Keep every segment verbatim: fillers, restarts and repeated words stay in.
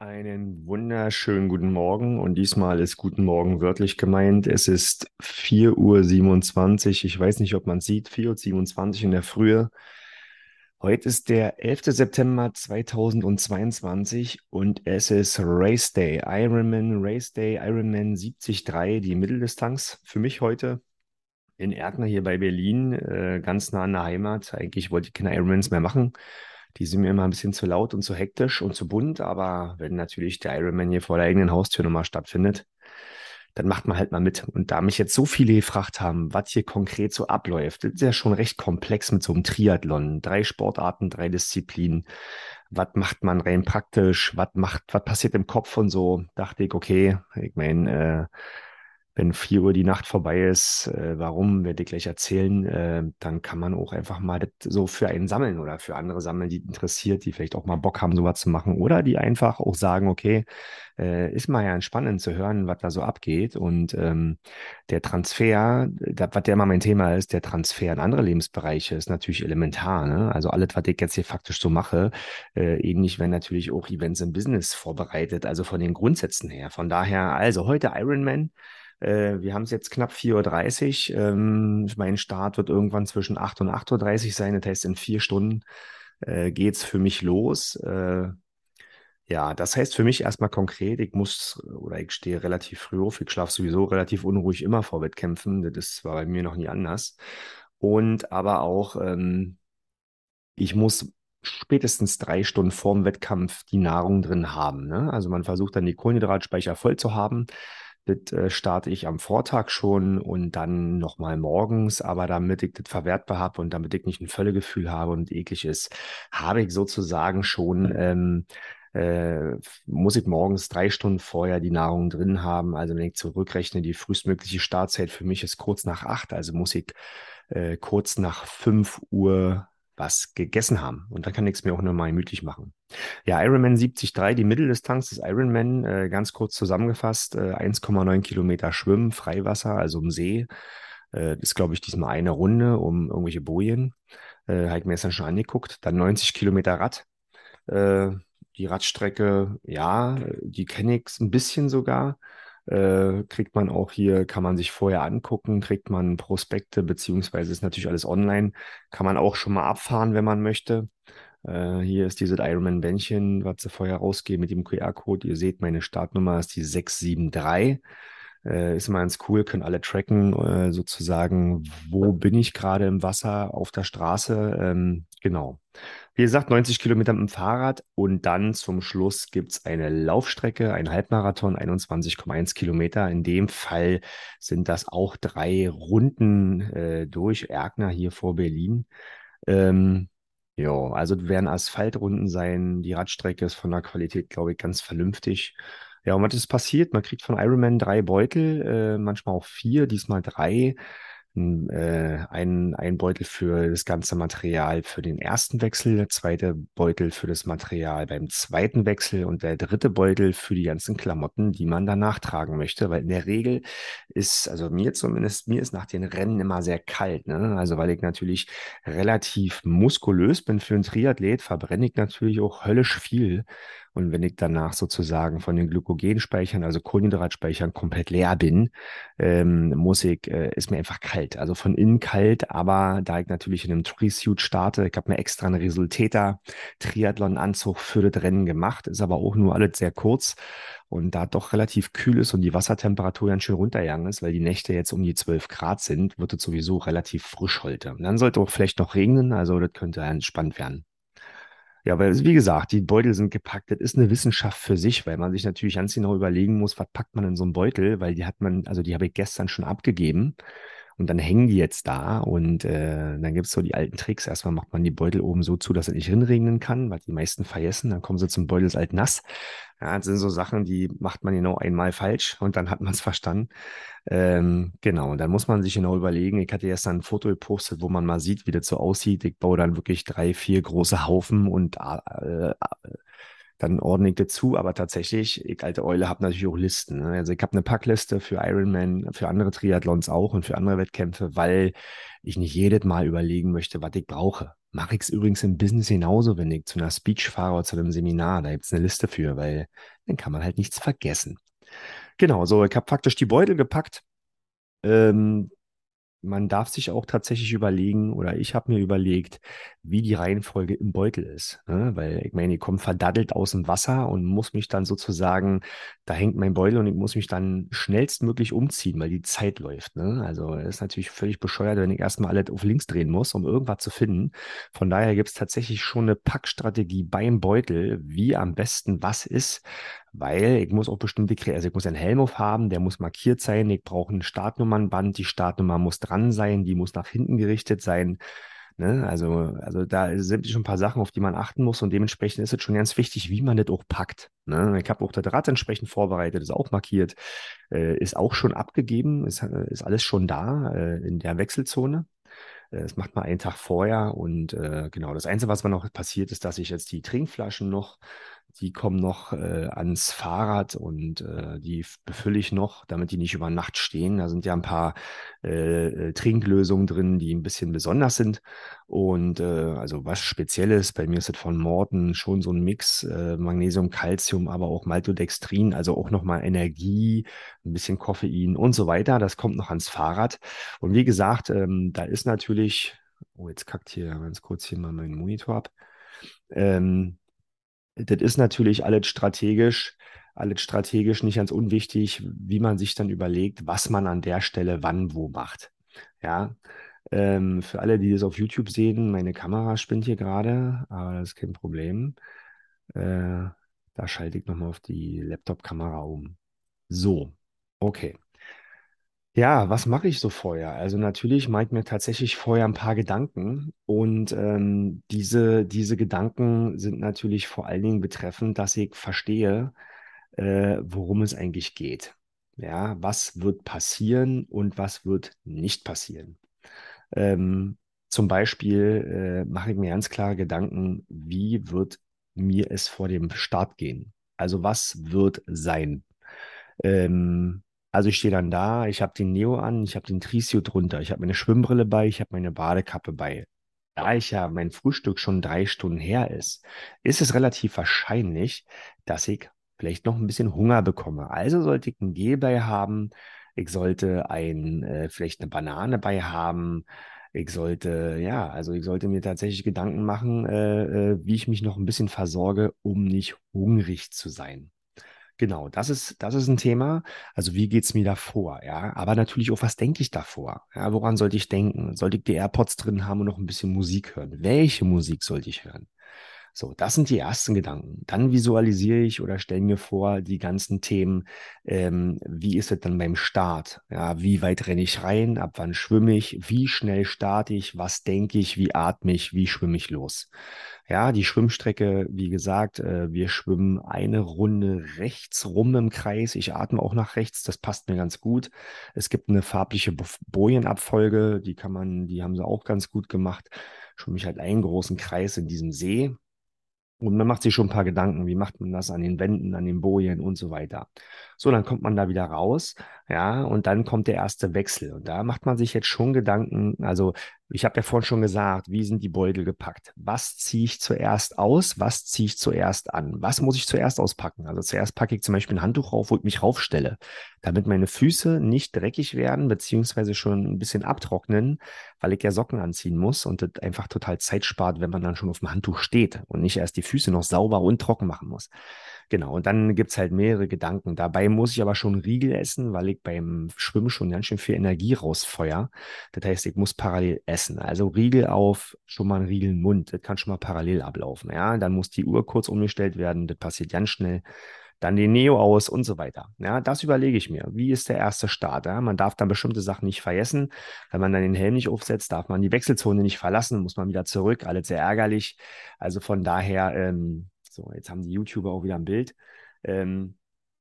Einen wunderschönen guten Morgen und diesmal ist guten Morgen wörtlich gemeint. Es ist vier Uhr siebenundzwanzig. Ich weiß nicht, ob man es sieht, vier Uhr siebenundzwanzig in der Frühe. Heute ist der elfter September zweitausendzweiundzwanzig und es ist Race Day, Ironman Race Day, Ironman siebzig Komma drei, die Mitteldistanz für mich heute in Erkner hier bei Berlin, äh, ganz nah an der Heimat. Eigentlich wollte ich keine Ironmans mehr machen. Die sind mir immer ein bisschen zu laut und zu hektisch und zu bunt, aber wenn natürlich der Ironman hier vor der eigenen Haustür nochmal stattfindet, dann macht man halt mal mit. Und da mich jetzt so viele gefragt haben, was hier konkret so abläuft, das ist ja schon recht komplex mit so einem Triathlon. Drei Sportarten, drei Disziplinen. Was macht man rein praktisch? Was macht, was passiert im Kopf und so? Dachte ich, okay, ich meine, äh, wenn vier Uhr die Nacht vorbei ist, äh, warum, werde ich gleich erzählen, äh, dann kann man auch einfach mal das so für einen sammeln oder für andere sammeln, die interessiert, die vielleicht auch mal Bock haben, sowas zu machen oder die einfach auch sagen, okay, äh, ist mal ja entspannend zu hören, was da so abgeht und ähm, der Transfer, da, was ja immer mein Thema ist, der Transfer in andere Lebensbereiche ist natürlich elementar, ne? Also alles, was ich jetzt hier faktisch so mache, äh, ähnlich werden natürlich auch Events im Business vorbereitet, also von den Grundsätzen her. Von daher, also heute Ironman. Äh, wir haben es jetzt knapp vier Uhr dreißig. Ähm, mein Start wird irgendwann zwischen acht und acht Uhr dreißig sein. Das heißt, in vier Stunden äh, geht's für mich los. Äh, ja, das heißt für mich erstmal konkret, ich muss oder ich stehe relativ früh auf. Ich schlafe sowieso relativ unruhig immer vor Wettkämpfen. Das war bei mir noch nie anders. Und aber auch, ähm, ich muss spätestens drei Stunden vorm Wettkampf die Nahrung drin haben. Ne? Also man versucht dann die Kohlenhydratspeicher voll zu haben. Das äh, starte ich am Vortag schon und dann nochmal morgens. Aber damit ich das verwertbar habe und damit ich nicht ein Völlegefühl habe und eklig ist, habe ich sozusagen schon, ähm, äh, muss ich morgens drei Stunden vorher die Nahrung drin haben. Also wenn ich zurückrechne, die frühestmögliche Startzeit für mich ist kurz nach acht. Also muss ich äh, kurz nach fünf Uhr was gegessen haben. Und dann kann ich es mir auch nochmal gemütlich machen. Ja, Ironman siebzig Komma drei, die Mitteldistanz des Ironman, äh, ganz kurz zusammengefasst, äh, eins Komma neun Kilometer Schwimmen, Freiwasser, also im See. Äh, ist, glaube ich, diesmal eine Runde um irgendwelche Bojen. Äh, habe ich mir jetzt dann schon angeguckt. Dann neunzig Kilometer Rad. Äh, Die Radstrecke, ja, die kenne ich ein bisschen sogar. Äh, kriegt man auch hier, kann man sich vorher angucken, kriegt man Prospekte, beziehungsweise ist natürlich alles online. Kann man auch schon mal abfahren, wenn man möchte. Äh, hier ist dieses Ironman-Bändchen, was sie vorher rausgeben mit dem Q R-Code. Ihr seht, meine Startnummer ist die sechs sieben drei. Äh, ist immer ganz cool, können alle tracken, äh, sozusagen, wo bin ich gerade im Wasser, auf der Straße. Ähm, genau. Wie gesagt, neunzig Kilometer mit dem Fahrrad und dann zum Schluss gibt's eine Laufstrecke, ein Halbmarathon, einundzwanzig Komma eins Kilometer. In dem Fall sind das auch drei Runden äh, durch Erkner hier vor Berlin. Ähm, ja, also es werden Asphaltrunden sein. Die Radstrecke ist von der Qualität, glaube ich, ganz vernünftig. Ja, und was ist passiert? Man kriegt von Ironman drei Beutel, äh, manchmal auch vier, diesmal drei. Ein, äh, ein, ein Beutel für das ganze Material für den ersten Wechsel, der zweite Beutel für das Material beim zweiten Wechsel und der dritte Beutel für die ganzen Klamotten, die man danach tragen möchte. Weil in der Regel ist, also mir zumindest, mir ist nach den Rennen immer sehr kalt, ne? Also weil ich natürlich relativ muskulös bin für einen Triathlet, verbrenne ich natürlich auch höllisch viel. Und wenn ich danach sozusagen von den Glykogenspeichern, also Kohlenhydratspeichern, komplett leer bin, ähm, muss ich, äh, ist mir einfach kalt. Also von innen kalt, aber da ich natürlich in einem Tree-Suit starte, ich habe mir extra einen Resultäter Triathlon-Anzug für das Rennen gemacht, ist aber auch nur alles sehr kurz. Und da es doch relativ kühl ist und die Wassertemperatur ganz schön runtergegangen ist, weil die Nächte jetzt um die zwölf Grad sind, wird es sowieso relativ frisch heute. Und dann sollte auch vielleicht noch regnen, also das könnte entspannt werden. Ja, weil, wie gesagt, die Beutel sind gepackt. Das ist eine Wissenschaft für sich, weil man sich natürlich ganz genau überlegen muss, was packt man in so einen Beutel, weil die hat man, also die habe ich gestern schon abgegeben und dann hängen die jetzt da und äh, dann gibt's so die alten Tricks. Erstmal macht man die Beutel oben so zu, dass er nicht hinregnen kann, was die meisten vergessen. Dann kommen sie zum Beutel, ist alt nass. Ja, das sind so Sachen, die macht man genau einmal falsch und dann hat man es verstanden. Ähm, genau, und dann muss man sich genau überlegen. Ich hatte gestern ein Foto gepostet, wo man mal sieht, wie das so aussieht. Ich baue dann wirklich drei, vier große Haufen und äh, äh, dann ordne ich das zu. Aber tatsächlich, ich alte Eule, habe natürlich auch Listen. Ne? Also ich habe eine Packliste für Ironman, für andere Triathlons auch und für andere Wettkämpfe, weil ich nicht jedes Mal überlegen möchte, was ich brauche. Mache ich es übrigens im Business genauso, wenn ich zu einer Speech fahre oder zu einem Seminar. Da gibt es eine Liste für, weil dann kann man halt nichts vergessen. Genau, so, ich habe praktisch die Beutel gepackt. Ähm, Man darf sich auch tatsächlich überlegen, oder ich habe mir überlegt, wie die Reihenfolge im Beutel ist. Ne? Weil ich meine, ich komme verdaddelt aus dem Wasser und muss mich dann sozusagen, da hängt mein Beutel und ich muss mich dann schnellstmöglich umziehen, weil die Zeit läuft. Ne? Also es ist natürlich völlig bescheuert, wenn ich erstmal alles auf links drehen muss, um irgendwas zu finden. Von daher gibt es tatsächlich schon eine Packstrategie beim Beutel, wie am besten was ist. Weil ich muss auch bestimmte, Krä- also ich muss einen Helm aufhaben, der muss markiert sein. Ich brauche ein Startnummernband, die Startnummer muss dran sein, die muss nach hinten gerichtet sein. Ne? Also, also da sind schon ein paar Sachen, auf die man achten muss und dementsprechend ist es schon ganz wichtig, wie man das auch packt. Ne? Ich habe auch das Rad entsprechend vorbereitet, ist auch markiert, äh, ist auch schon abgegeben, ist, äh, ist alles schon da äh, in der Wechselzone. Äh, Das macht man einen Tag vorher und äh, genau, das Einzige, was mir noch passiert, ist, dass ich jetzt die Trinkflaschen noch, die kommen noch äh, ans Fahrrad und äh, die f- befülle ich noch, damit die nicht über Nacht stehen. Da sind ja ein paar äh, äh, Trinklösungen drin, die ein bisschen besonders sind und äh, also was Spezielles. Bei mir ist das von Morten schon so ein Mix, äh, Magnesium, Calcium, aber auch Maltodextrin, also auch nochmal Energie, ein bisschen Koffein und so weiter. Das kommt noch ans Fahrrad. Und wie gesagt, ähm, da ist natürlich, oh, jetzt kackt hier ganz kurz hier mal mein Monitor ab. Ähm, Das ist natürlich alles strategisch, alles strategisch nicht ganz unwichtig, wie man sich dann überlegt, was man an der Stelle wann wo macht. Ja, ähm, für alle, die das auf YouTube sehen, meine Kamera spinnt hier gerade, aber das ist kein Problem. Äh, Da schalte ich nochmal auf die Laptop-Kamera um. So, okay. Ja, was mache ich so vorher? Also natürlich mache ich mir tatsächlich vorher ein paar Gedanken und ähm, diese, diese Gedanken sind natürlich vor allen Dingen betreffend, dass ich verstehe, äh, worum es eigentlich geht. Ja, was wird passieren und was wird nicht passieren. Ähm, Zum Beispiel äh, mache ich mir ganz klar Gedanken, wie wird mir es vor dem Start gehen? Also was wird sein? Ähm, also ich stehe dann da, ich habe den Neo an, ich habe den Tricio drunter, ich habe meine Schwimmbrille bei, ich habe meine Badekappe bei. Da ich ja mein Frühstück schon drei Stunden her ist, ist es relativ wahrscheinlich, dass ich vielleicht noch ein bisschen Hunger bekomme. Also sollte ich ein Gel bei haben, ich sollte ein, äh, vielleicht eine Banane bei haben, ich sollte, ja, also ich sollte mir tatsächlich Gedanken machen, äh, äh, wie ich mich noch ein bisschen versorge, um nicht hungrig zu sein. Genau, das ist, das ist ein Thema. Also wie geht's mir davor? Ja, aber natürlich auch, was denke ich davor? Ja, woran sollte ich denken? Sollte ich die AirPods drin haben und noch ein bisschen Musik hören? Welche Musik sollte ich hören? So, das sind die ersten Gedanken. Dann visualisiere ich oder stelle mir vor die ganzen Themen. Ähm, wie ist es dann beim Start? Ja, wie weit renne ich rein? Ab wann schwimme ich? Wie schnell starte ich? Was denke ich? Wie atme ich? Wie schwimme ich los? Ja, die Schwimmstrecke, wie gesagt, äh, wir schwimmen eine Runde rechts rum im Kreis. Ich atme auch nach rechts, das passt mir ganz gut. Es gibt eine farbliche Bo- Bojenabfolge, die kann man, die haben sie auch ganz gut gemacht. Schwimme ich halt einen großen Kreis in diesem See. Und man macht sich schon ein paar Gedanken, wie macht man das an den Wänden, an den Bojen und so weiter. So, dann kommt man da wieder raus, ja, und dann kommt der erste Wechsel. Und da macht man sich jetzt schon Gedanken, also ich habe ja vorhin schon gesagt, wie sind die Beutel gepackt? Was ziehe ich zuerst aus? Was ziehe ich zuerst an? Was muss ich zuerst auspacken? Also zuerst packe ich zum Beispiel ein Handtuch rauf, wo ich mich raufstelle, damit meine Füße nicht dreckig werden, beziehungsweise schon ein bisschen abtrocknen, weil ich ja Socken anziehen muss und das einfach total Zeit spart, wenn man dann schon auf dem Handtuch steht und nicht erst die Füße noch sauber und trocken machen muss. Genau, und dann gibt's halt mehrere Gedanken. Dabei muss ich aber schon Riegel essen, weil ich beim Schwimmen schon ganz schön viel Energie rausfeuer. Das heißt, ich muss parallel essen. Also Riegel auf, schon mal ein Riegel im Mund. Das kann schon mal parallel ablaufen. Ja, dann muss die Uhr kurz umgestellt werden. Das passiert ganz schnell. Dann den Neo aus und so weiter. Ja, das überlege ich mir. Wie ist der erste Start? Ja, man darf dann bestimmte Sachen nicht vergessen. Wenn man dann den Helm nicht aufsetzt, darf man die Wechselzone nicht verlassen, muss man wieder zurück. Alles sehr ärgerlich. Also von daher, ähm, so, jetzt haben die YouTuber auch wieder ein Bild. Ähm,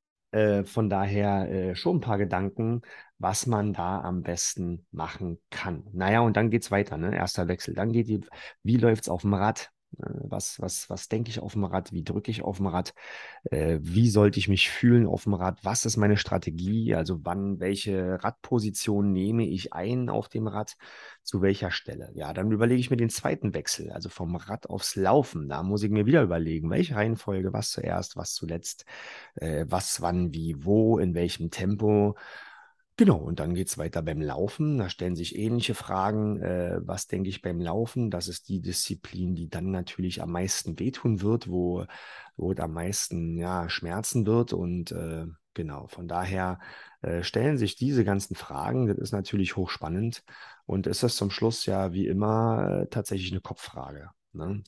äh, von daher äh, schon ein paar Gedanken, was man da am besten machen kann. Naja, und dann geht's weiter, ne? Erster Wechsel. Dann geht die, wie läuft's auf dem Rad? Äh, Was, was, was denke ich auf dem Rad? Wie drücke ich auf dem Rad? Äh, wie sollte ich mich fühlen auf dem Rad? Was ist meine Strategie? Also wann, welche Radposition nehme ich ein auf dem Rad? Zu welcher Stelle? Ja, dann überlege ich mir den zweiten Wechsel, also vom Rad aufs Laufen. Da muss ich mir wieder überlegen, welche Reihenfolge, was zuerst, was zuletzt, äh, was, wann, wie, wo, in welchem Tempo. Genau, und dann geht's weiter beim Laufen. Da stellen sich ähnliche Fragen. Äh, was denke ich beim Laufen? Das ist die Disziplin, die dann natürlich am meisten wehtun wird, wo, wo es am meisten ja, schmerzen wird. Und äh, genau, von daher äh, stellen sich diese ganzen Fragen. Das ist natürlich hochspannend. Und es ist zum Schluss ja wie immer äh, tatsächlich eine Kopffrage. Ne?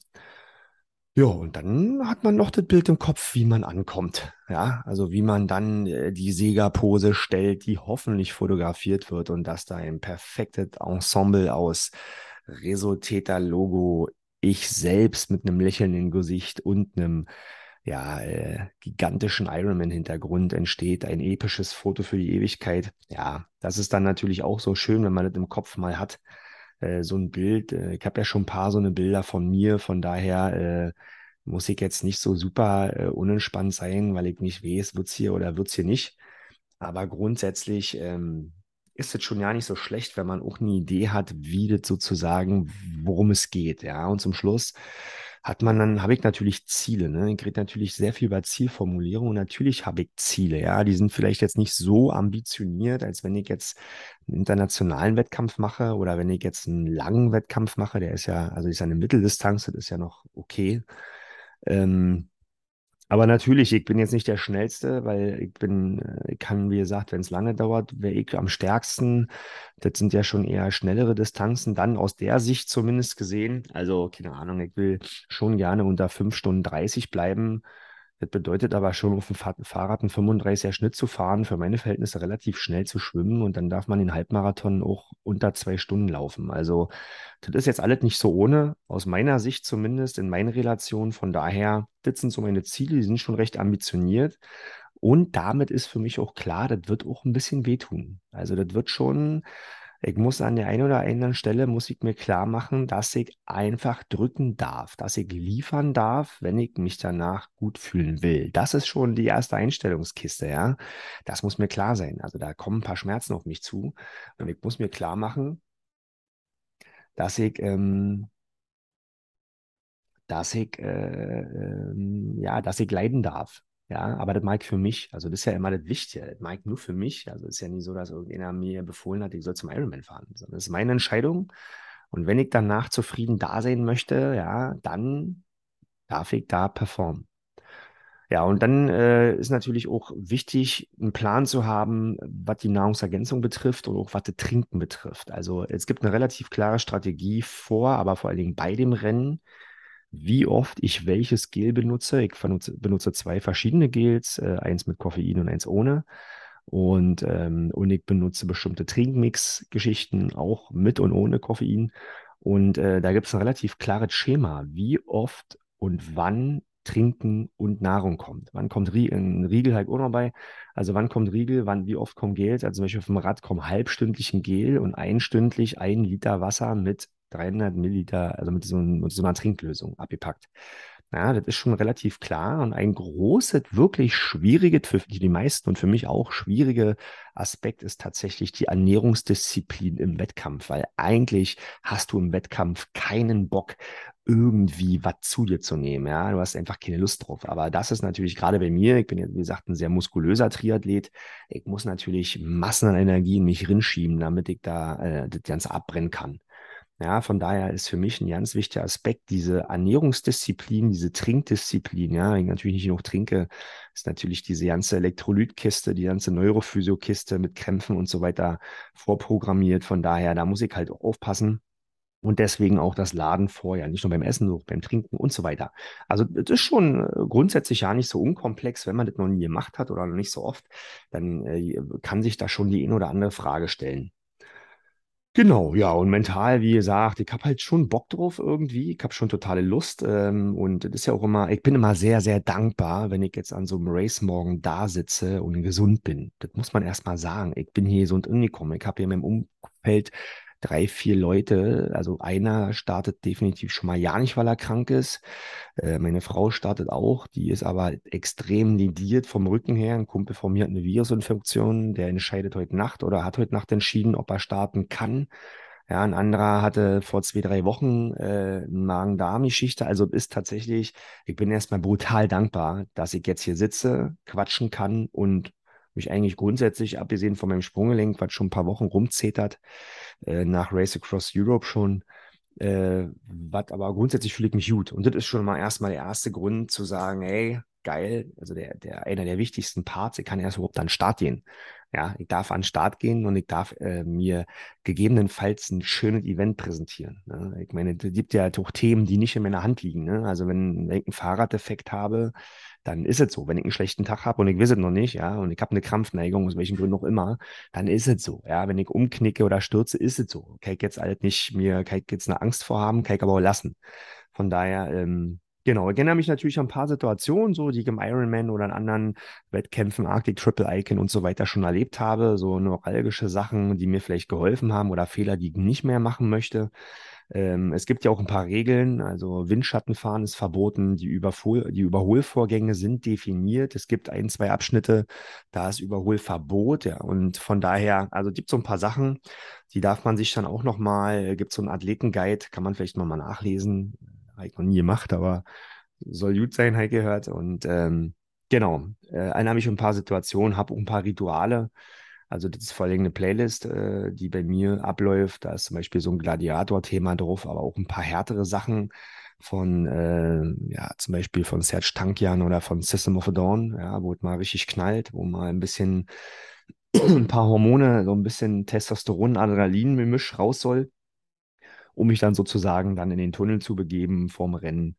Ja, und dann hat man noch das Bild im Kopf, wie man ankommt. Ja, also wie man dann äh, die Siegerpose stellt, die hoffentlich fotografiert wird und dass da ein perfektes Ensemble aus Resultäter, Logo, ich selbst mit einem lächelnden Gesicht und einem ja, äh, gigantischen Ironman-Hintergrund entsteht, ein episches Foto für die Ewigkeit. Ja, das ist dann natürlich auch so schön, wenn man das im Kopf mal hat, äh, so ein Bild. Äh, ich habe ja schon ein paar so eine Bilder von mir, von daher äh, muss ich jetzt nicht so super äh, unentspannt sein, weil ich nicht weiß, wird's hier oder wird's hier nicht. Aber grundsätzlich ähm, ist es schon ja nicht so schlecht, wenn man auch eine Idee hat, wie das sozusagen, worum es geht. Ja, und zum Schluss hat man dann, habe ich natürlich Ziele. Ne? Ich rede natürlich sehr viel über Zielformulierung und natürlich habe ich Ziele. Ja, die sind vielleicht jetzt nicht so ambitioniert, als wenn ich jetzt einen internationalen Wettkampf mache oder wenn ich jetzt einen langen Wettkampf mache. Der ist ja, also ist ja eine Mitteldistanz, das ist ja noch okay. Ähm, aber natürlich, ich bin jetzt nicht der Schnellste, weil ich bin, äh, ich kann, wie gesagt, wenn es lange dauert, wäre ich am stärksten. Das sind ja schon eher schnellere Distanzen, dann aus der Sicht zumindest gesehen. Also, keine Ahnung, ich will schon gerne unter fünf Stunden dreißig bleiben. Das bedeutet aber schon, auf dem Fahr Fahrrad einen fünfunddreißiger Schnitt zu fahren, für meine Verhältnisse relativ schnell zu schwimmen und dann darf man den Halbmarathon auch unter zwei Stunden laufen. Also, das ist jetzt alles nicht so ohne, aus meiner Sicht zumindest, in meinen Relationen. Von daher, das sind so meine Ziele, die sind schon recht ambitioniert. Und damit ist für mich auch klar, das wird auch ein bisschen wehtun. Also das wird schon, ich muss an der einen oder anderen Stelle, muss ich mir klar machen, dass ich einfach drücken darf, dass ich liefern darf, wenn ich mich danach gut fühlen will. Das ist schon die erste Einstellungskiste, ja. Das muss mir klar sein. Also da kommen ein paar Schmerzen auf mich zu. Und ich muss mir klar machen, dass ich ähm, dass ich, äh, ähm, ja, dass ich leiden darf. Ja, aber das mag ich für mich. Also das ist ja immer das Wichtige. Das mag ich nur für mich. Also es ist ja nie so, dass irgendjemand mir befohlen hat, ich soll zum Ironman fahren. Sondern das ist meine Entscheidung. Und wenn ich danach zufrieden da sein möchte, ja, dann darf ich da performen. Ja, und dann äh, ist natürlich auch wichtig, einen Plan zu haben, was die Nahrungsergänzung betrifft und auch was das Trinken betrifft. Also es gibt eine relativ klare Strategie vor, aber vor allen Dingen bei dem Rennen, wie oft ich welches Gel benutze. Ich benutze, benutze zwei verschiedene Gels, äh, eins mit Koffein und eins ohne. Und, ähm, und ich benutze bestimmte Trinkmix-Geschichten auch mit und ohne Koffein. Und äh, da gibt es ein relativ klares Schema, wie oft und wann Trinken und Nahrung kommt. Wann kommt Rie ein Riegel halt auch noch bei? Also wann kommt Riegel, wann, wie oft kommt Gel? Also zum Beispiel auf dem Rad kommt halbstündlich ein Gel und einstündlich ein Liter Wasser mit dreihundert Milliliter, also mit so, mit so einer Trinklösung abgepackt. Ja, das ist schon relativ klar. Und ein großes, wirklich schwieriges, für die meisten und für mich auch schwierige Aspekt ist tatsächlich die Ernährungsdisziplin im Wettkampf, weil eigentlich hast du im Wettkampf keinen Bock, irgendwie was zu dir zu nehmen. Ja, du hast einfach keine Lust drauf. Aber das ist natürlich gerade bei mir, ich bin ja, wie gesagt, ein sehr muskulöser Triathlet. Ich muss natürlich Massen an Energie in mich rinschieben, damit ich da äh, das Ganze abbrennen kann. Ja, von daher ist für mich ein ganz wichtiger Aspekt diese Ernährungsdisziplin, diese Trinkdisziplin. Ja, wenn ich natürlich nicht genug trinke, ist natürlich diese ganze Elektrolytkiste, die ganze Neurophysiokiste mit Krämpfen und so weiter vorprogrammiert. Von daher, da muss ich halt auch aufpassen. Und deswegen auch das Laden vorher, nicht nur beim Essen, sondern auch beim Trinken und so weiter. Also das ist schon äh, grundsätzlich ja nicht so unkomplex, wenn man das noch nie gemacht hat oder noch nicht so oft, dann äh, kann sich da schon die eine oder andere Frage stellen. Genau, ja, und mental, wie gesagt, ich habe halt schon Bock drauf irgendwie. Ich habe schon totale Lust. Ähm, und das ist ja auch immer, ich bin immer sehr, sehr dankbar, wenn ich jetzt an so einem Race morgen da sitze und gesund bin. Das muss man erst mal sagen. Ich bin hier gesund angekommen. Ich habe hier in meinem Umfeld drei, vier Leute. Also einer startet definitiv schon mal ja nicht, weil er krank ist. Äh, meine Frau startet auch, die ist aber extrem lediert vom Rücken her. Ein Kumpel von mir hat eine Virusinfektion, der entscheidet heute Nacht oder hat heute Nacht entschieden, ob er starten kann. Ja, ein anderer hatte vor zwei, drei Wochen äh, eine Magen-Darm-Geschichte. Also ist tatsächlich, ich bin erstmal brutal dankbar, dass ich jetzt hier sitze, quatschen kann und mich eigentlich grundsätzlich, abgesehen von meinem Sprunggelenk, was schon ein paar Wochen rumzetert, äh, nach Race Across Europe schon, äh, was aber grundsätzlich fühle ich mich gut. Und das ist schon mal erstmal der erste Grund zu sagen, hey, geil, also der, der, einer der wichtigsten Parts, ich kann erst überhaupt an den Start gehen. Ja, ich darf an den Start gehen und ich darf äh, mir gegebenenfalls ein schönes Event präsentieren. Ne? Ich meine, es gibt ja halt auch Themen, die nicht in meiner Hand liegen. Ne? Also wenn, wenn ich einen Fahrraddefekt habe, dann ist es so. Wenn ich einen schlechten Tag habe und ich weiß es noch nicht, ja, und ich habe eine Krampfneigung, aus welchen Gründen auch immer, dann ist es so. Ja, wenn ich umknicke oder stürze, ist es so. Kann ich jetzt halt nicht mir, kann ich jetzt eine Angst vorhaben, kann ich aber auch lassen. Von daher, ähm, genau, ich erinnere mich natürlich an ein paar Situationen, so, die ich im Ironman oder in anderen Wettkämpfen, Arctic Triple Icon und so weiter schon erlebt habe, so neuralgische Sachen, die mir vielleicht geholfen haben oder Fehler, die ich nicht mehr machen möchte. Ähm, es gibt ja auch ein paar Regeln, also Windschattenfahren ist verboten, die, Überhol die Überholvorgänge sind definiert. Es gibt ein, zwei Abschnitte, da ist Überholverbot, ja, und von daher, also gibt so ein paar Sachen, die darf man sich dann auch nochmal, gibt so einen Athletenguide, kann man vielleicht nochmal nachlesen, habe ich noch nie gemacht, aber soll gut sein, habe ich gehört. Und ähm, genau, äh, erinnere mich an ein paar Situationen, habe auch ein paar Rituale. Also das ist vor allem eine Playlist, äh, die bei mir abläuft. Da ist zum Beispiel so ein Gladiator-Thema drauf, aber auch ein paar härtere Sachen von, äh, ja, zum Beispiel von Serj Tankian oder von System of a Down, ja, wo es mal richtig knallt, wo mal ein bisschen ein paar Hormone, so ein bisschen Testosteron, Adrenalin-Gemisch raus soll, um mich dann sozusagen dann in den Tunnel zu begeben vorm Rennen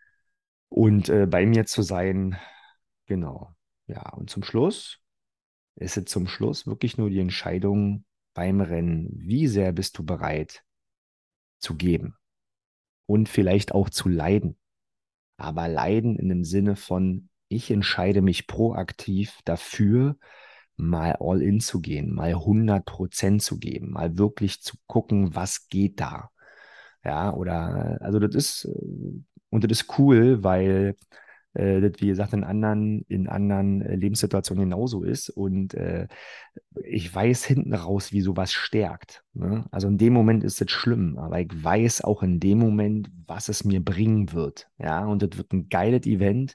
und äh, bei mir zu sein. Genau. Ja, und zum Schluss ist es zum Schluss wirklich nur die Entscheidung beim Rennen. Wie sehr bist du bereit zu geben und vielleicht auch zu leiden? Aber leiden in dem Sinne von, ich entscheide mich proaktiv dafür, mal all in zu gehen, mal hundert Prozent zu geben, mal wirklich zu gucken, was geht da. Ja, oder, also das ist, äh, und das ist cool, weil äh, das, wie gesagt, in anderen, in anderen äh, Lebenssituationen genauso ist. Und äh, ich weiß hinten raus, wie sowas stärkt. Ne? Also in dem Moment ist es schlimm, aber ich weiß auch in dem Moment, was es mir bringen wird. Ja, und das wird ein geiles Event.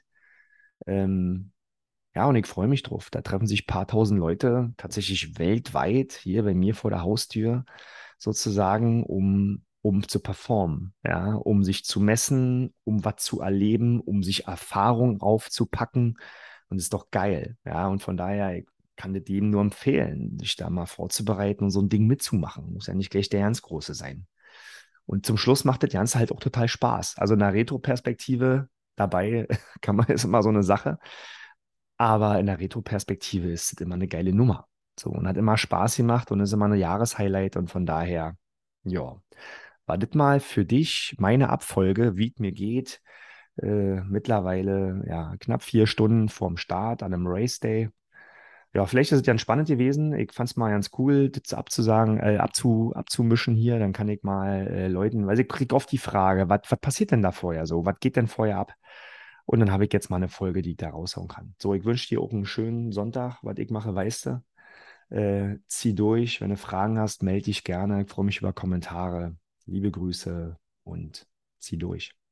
Ähm, ja, und ich freue mich drauf. Da treffen sich ein paar tausend Leute, tatsächlich weltweit, hier bei mir vor der Haustür, sozusagen, um, um zu performen, ja, um sich zu messen, um was zu erleben, um sich Erfahrung aufzupacken. Und das ist doch geil, ja. Und von daher, ich kann das jedem nur empfehlen, sich da mal vorzubereiten und so ein Ding mitzumachen. Muss ja nicht gleich der ganz Große sein. Und zum Schluss macht das Ganze halt auch total Spaß. Also in der Retro-Perspektive dabei kann man, ist immer so eine Sache. Aber in der Retro-Perspektive ist es immer eine geile Nummer. So, und hat immer Spaß gemacht und ist immer eine Jahreshighlight. Und von daher, ja, war das mal für dich meine Abfolge, wie es mir geht. Äh, mittlerweile, ja, knapp vier Stunden vorm Start an einem Race Day. Ja, vielleicht ist es ja spannend gewesen. Ich fand es mal ganz cool, das abzusagen, äh, abzu, abzumischen hier. Dann kann ich mal äh, Leuten, weil ich kriege oft die Frage, was was passiert denn da vorher so? Was geht denn vorher ab? Und dann habe ich jetzt mal eine Folge, die ich da raushauen kann. So, ich wünsche dir auch einen schönen Sonntag. Was ich mache, weißt du. Äh, zieh durch. Wenn du Fragen hast, melde dich gerne. Ich freue mich über Kommentare. Liebe Grüße und zieh durch.